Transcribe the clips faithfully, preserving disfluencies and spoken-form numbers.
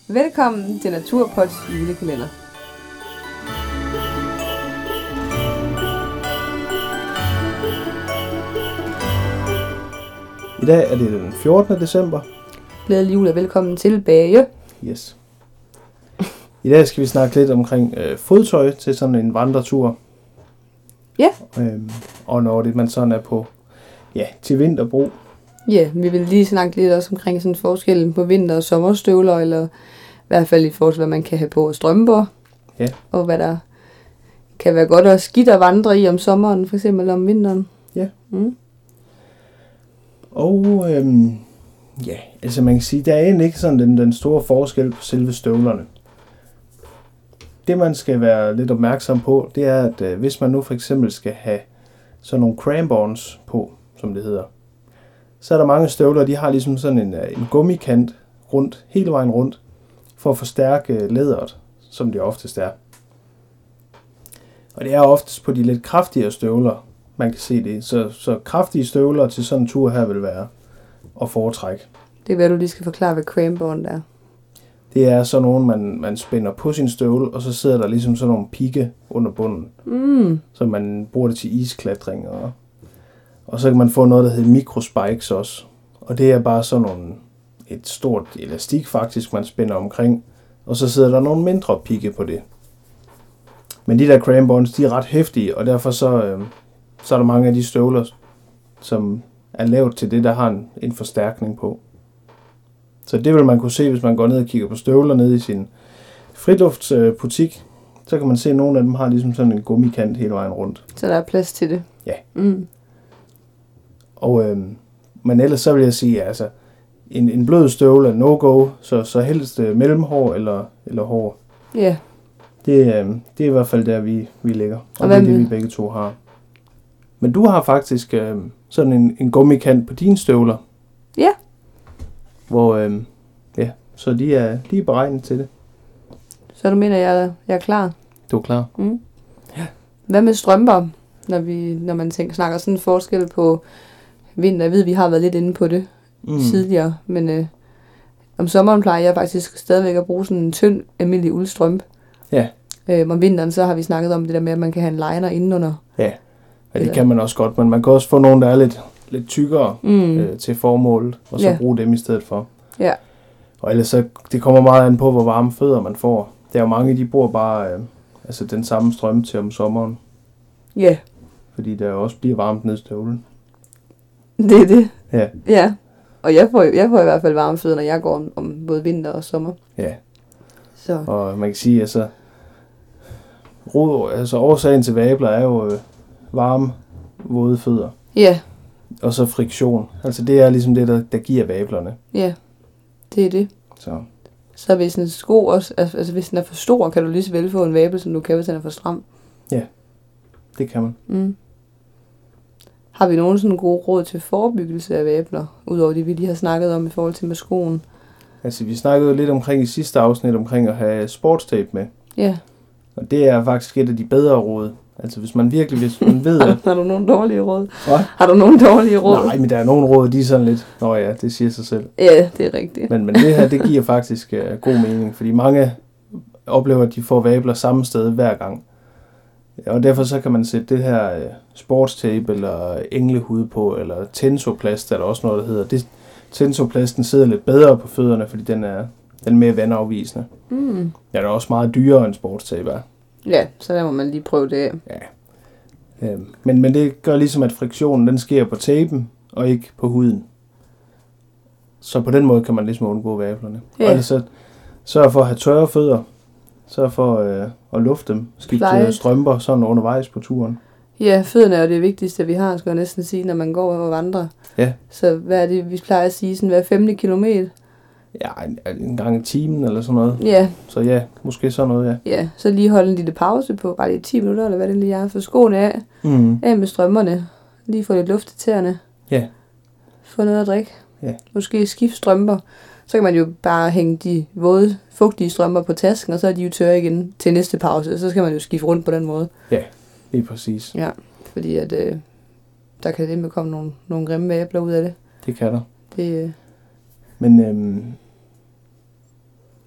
Velkommen til Naturpods julekalender. I dag er det den fjortende december. Glædelig jul og velkommen tilbage. Yes. I dag skal vi snakke lidt omkring øh, fodtøj til sådan en vandretur. Ja. Øhm, og når det man sådan er på, ja, til vinterbrug. Ja, vi vil lige snakke lidt også omkring sådan forskellen på vinter- og sommerstøvler, eller i hvert fald i forhold til, hvad man kan have på strømper. Ja. Og hvad der kan være godt og skidt at vandre i om sommeren, for eksempel om vinteren. Ja. Mm. Og øhm, ja, altså man kan sige, der er egentlig ikke sådan den, den store forskel på selve støvlerne. Det man skal være lidt opmærksom på, det er, at øh, hvis man nu for eksempel skal have sådan nogle crampons på, som det hedder, så er der mange støvler, de har ligesom sådan en, en gummikant rundt, hele vejen rundt, for at forstærke læderet, som det oftest er. Og det er oftest på de lidt kraftigere støvler, man kan se det. Så, så kraftige støvler til sådan en tur her vil være at foretrække. Det er hvad du lige skal forklare, hvad crampon er. Det er sådan nogle, man, man spænder på sin støvle, og så sidder der ligesom sådan nogle pigge under bunden. Mm. Så man bruger det til isklatring. Og, og så kan man få noget, der hedder microspikes også. Og det er bare sådan nogle, et stort elastik faktisk, man spænder omkring. Og så sidder der nogle mindre pigge på det. Men de der crampons, de er ret heftige, og derfor så, øh, så er der mange af de støvler, som er lavet til det, der har en, en forstærkning på. Så det vil man kunne se, hvis man går ned og kigger på støvler nede i sin friluftsbutik. Så kan man se, at nogle af dem har ligesom sådan en gummikant hele vejen rundt. Så der er plads til det. Ja. Mm. Og, øh, men ellers så vil jeg sige, at altså, en, en blød støvle er no-go, så, så helst øh, mellemhår eller, eller hår. Ja. Yeah. Det, øh, det er i hvert fald der, vi, vi ligger. Og, og det er det, det, vi begge to har. Men du har faktisk øh, sådan en, en gummikant på dine støvler. Ja. Hvor, øh, ja, så de er, de er beregnet til det. Så du mener, jeg, jeg er klar? Du er klar? Mm. Ja. Hvad med strømper, når, vi, når man tænker, snakker sådan en forskel på vinter? Jeg ved, vi har været lidt inde på det mm. tidligere, men øh, om sommeren plejer jeg faktisk stadigvæk at bruge sådan en tynd, almindelig uldstrømpe. Ja. Øh, om vinteren, så har vi snakket om det der med, at man kan have en liner indenunder. Ja, ja det kan man også godt, men man kan også få nogen, der er lidt, lidt tykkere mm. øh, til formålet, og så ja. bruge dem i stedet for. Ja. Og ellers så, det kommer meget an på, hvor varme fødder man får. Der er jo mange, de bruger bare øh, altså den samme strøm til om sommeren. Ja. Yeah. Fordi der også bliver varmt ned i støvlen. Det er det. Ja. Ja. Og jeg får, jeg får i hvert fald varme fødder, når jeg går om, om både vinter og sommer. Ja. Så. Og man kan sige, altså, rod, altså årsagen til vabler er jo øh, varme, våde fødder. Ja. Yeah. Og så friktion. Altså det er ligesom det, der, der giver vablerne. Ja, yeah. Det er det. Så. Så hvis en sko også, altså, altså hvis den er for stor, kan du lige så vel få en vabel, som du kan, hvis den er for stram. Ja, det kan man. Mm. Har vi nogen sådan gode råd til forebyggelse af vabler, udover det, vi lige har snakket om i forhold til med skoen? Altså, vi snakkede jo lidt omkring i sidste afsnit omkring at have sportstape med. Ja. Og det er faktisk et af de bedre råd. Altså, hvis man virkelig hvis man ved... har, du, har du nogle dårlige råd? Hvad? Har du nogle dårlige råd? Nej, men der er nogle råd, de er sådan lidt... Nå ja, det siger sig selv. Ja, det er rigtigt. Men, men det her, det giver faktisk uh, god mening, fordi mange oplever, at de får vabler samme sted hver gang. Og derfor så kan man sætte det her uh, sportstape eller englehud på, eller tensoplast, er der også noget, der hedder. Det, tensoplasten sidder lidt bedre på fødderne, fordi den er, den er mere vandafvisende. Mm. Ja, det er også meget dyrere end sportstape er. Ja, så der må man lige prøve det af. Ja. Øh, men, men det gør ligesom, at friktionen den sker på tapen, og ikke på huden. Så på den måde kan man ligesom undgå vablerne. Ja. Og så sørg for at have tørre fødder. Sørg for øh, at lufte dem. Skifte strømper sådan undervejs på turen. Ja, fødderne er jo det vigtigste, vi har, skal jeg næsten sige, når man går og vandrer. Ja. Så hvad er det, vi plejer at sige, sådan hver femte kilometer? Ja, en, en gang i timen eller sådan noget. Ja. Så ja, måske sådan noget, ja. Ja, så lige holde en lille pause på bare lige ti minutter, eller hvad det lige er, for skoene af. Mm. Af med strømmerne. Lige få lidt luft til tæerne. Ja. Få noget at drikke. Ja. Måske skifte strømper. Så kan man jo bare hænge de våde, fugtige strømper på tasken, og så er de jo tørre igen til næste pause. Så skal man jo skifte rundt på den måde. Ja, lige præcis. Ja, fordi at øh, der kan det med komme nogle, nogle grimme vabler ud af det. Det kan der. Det, øh... Men øhm,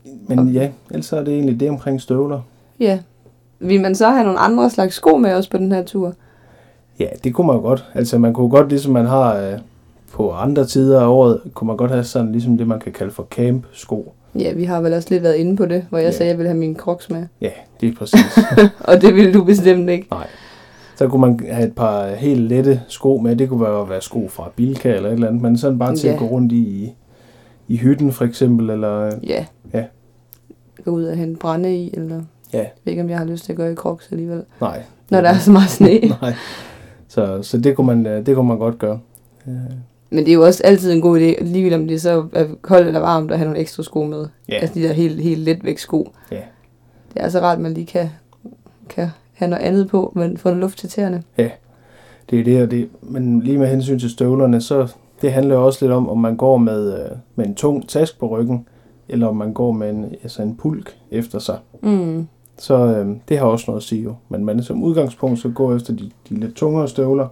Men Okay. ja, ellers er det egentlig det omkring støvler. Ja. Vil man så have nogle andre slags sko med os på den her tur? Ja, det kunne man jo godt. Altså man kunne godt, ligesom man har øh, på andre tider af året, kunne man godt have sådan ligesom det, man kan kalde for camp-sko. Ja, vi har vel også lidt været inde på det, hvor jeg Ja. sagde, at jeg ville have mine crocs med. Ja, det er præcis. Og det ville du bestemt ikke. Nej. Så kunne man have et par helt lette sko med. Det kunne være, være sko fra Bilka eller et eller andet. Men sådan bare til Ja. at gå rundt i, i hytten for eksempel. Eller, Ja. Ja. Gå ud og hente brænde i, eller Ja. jeg ved ikke, om jeg har lyst til at gøre i crocs alligevel. Nej. Når der er så meget sne. Nej. Så, så det, kunne man, øh, det kunne man godt gøre. Ja. Men det er jo også altid en god idé, lige om det så er koldt eller varmt, at have nogle ekstra sko med. Ja. Altså de der helt, helt letvægt sko. Ja. Det er altså rart, at man lige kan, kan have noget andet på, men få noget luft til tæerne. Det er det og det. Men lige med hensyn til støvlerne, så det handler jo også lidt om, om man går med, øh, med en tung task på ryggen, eller om man går med en, altså en pulk efter sig. Mm. Så øh, det har også noget at sige jo. Men man som udgangspunkt så går efter de, de lidt tungere støvler.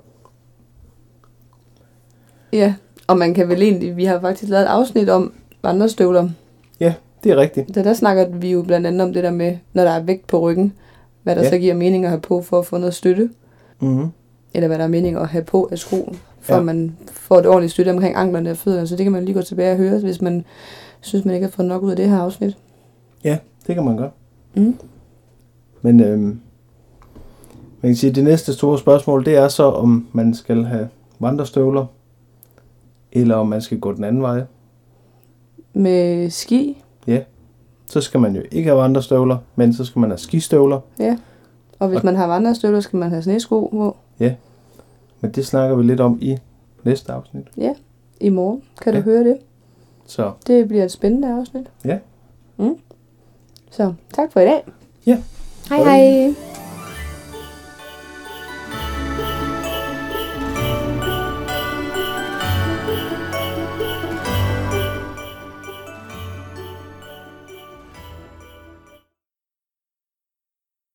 Ja, og man kan vel egentlig, vi har faktisk lavet et afsnit om vandrestøvler. Det er rigtigt. Så der snakker vi jo blandt andet om det der med, når der er vægt på ryggen, hvad der Ja. så giver mening at have på for at få noget støtte. Mm-hmm. Eller hvad der er mening at have på af sko, for Ja. at man får et ordentligt støtte omkring anklerne og fødderne. Så det kan man lige gå tilbage og høre, hvis man synes, man ikke har fået nok ud af det her afsnit. Ja, det kan man gøre. Mm. Men øh, man kan sige, at det næste store spørgsmål, det er så, om man skal have vandrestøvler, eller om man skal gå den anden vej. Med ski, Så skal man jo ikke have vandrestøvler, men så skal man have skistøvler. og hvis Og- man har vandrestøvler, skal man have snesko på. Men det snakker vi lidt om i næste afsnit. I morgen. Kan Ja. du høre det? Så Det bliver et spændende afsnit. Ja. Mm. Så tak for i dag. Ja. Hej Hej. hej.